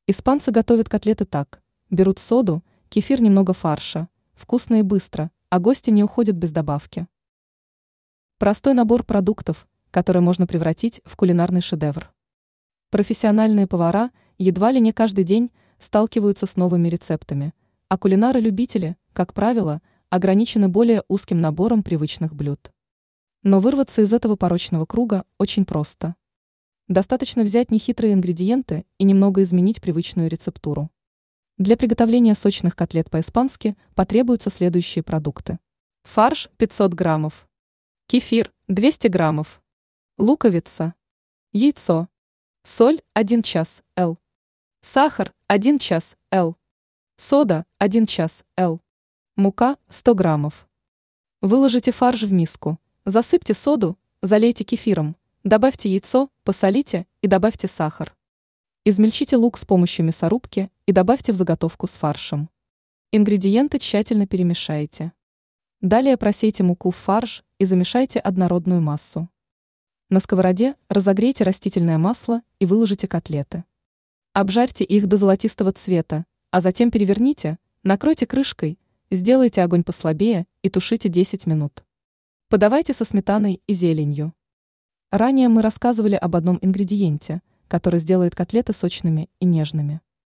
Испанцы готовят котлеты так. Берут соду, кефир, немного фарша. Вкусно и быстро, а гости не уходят без добавки. Простой набор продуктов, который можно превратить в кулинарный шедевр. Профессиональные повара едва ли не каждый день сталкиваются с новыми рецептами, а кулинары-любители, как правило, ограничены более узким набором привычных блюд. Но вырваться из этого порочного круга очень просто. Достаточно взять нехитрые ингредиенты и немного изменить привычную рецептуру. Для приготовления сочных котлет по-испански потребуются следующие продукты. Фарш 500 граммов. Кефир 200 граммов. Луковица. Яйцо. Соль 1 час Л. Сахар 1 час Л. Сода 1 час Л. Мука 100 граммов. Выложите фарш в миску, засыпьте соду, залейте кефиром, добавьте яйцо, посолите и добавьте сахар. Измельчите лук с помощью мясорубки и добавьте в заготовку с фаршем. Ингредиенты тщательно перемешайте. Далее просейте муку в фарш и замешайте однородную массу. На сковороде разогрейте растительное масло и выложите котлеты. Обжарьте их до золотистого цвета, а затем переверните, накройте крышкой, сделайте огонь послабее и тушите 10 минут. Подавайте со сметаной и зеленью. Ранее мы рассказывали об одном ингредиенте, который сделает котлеты сочными и нежными.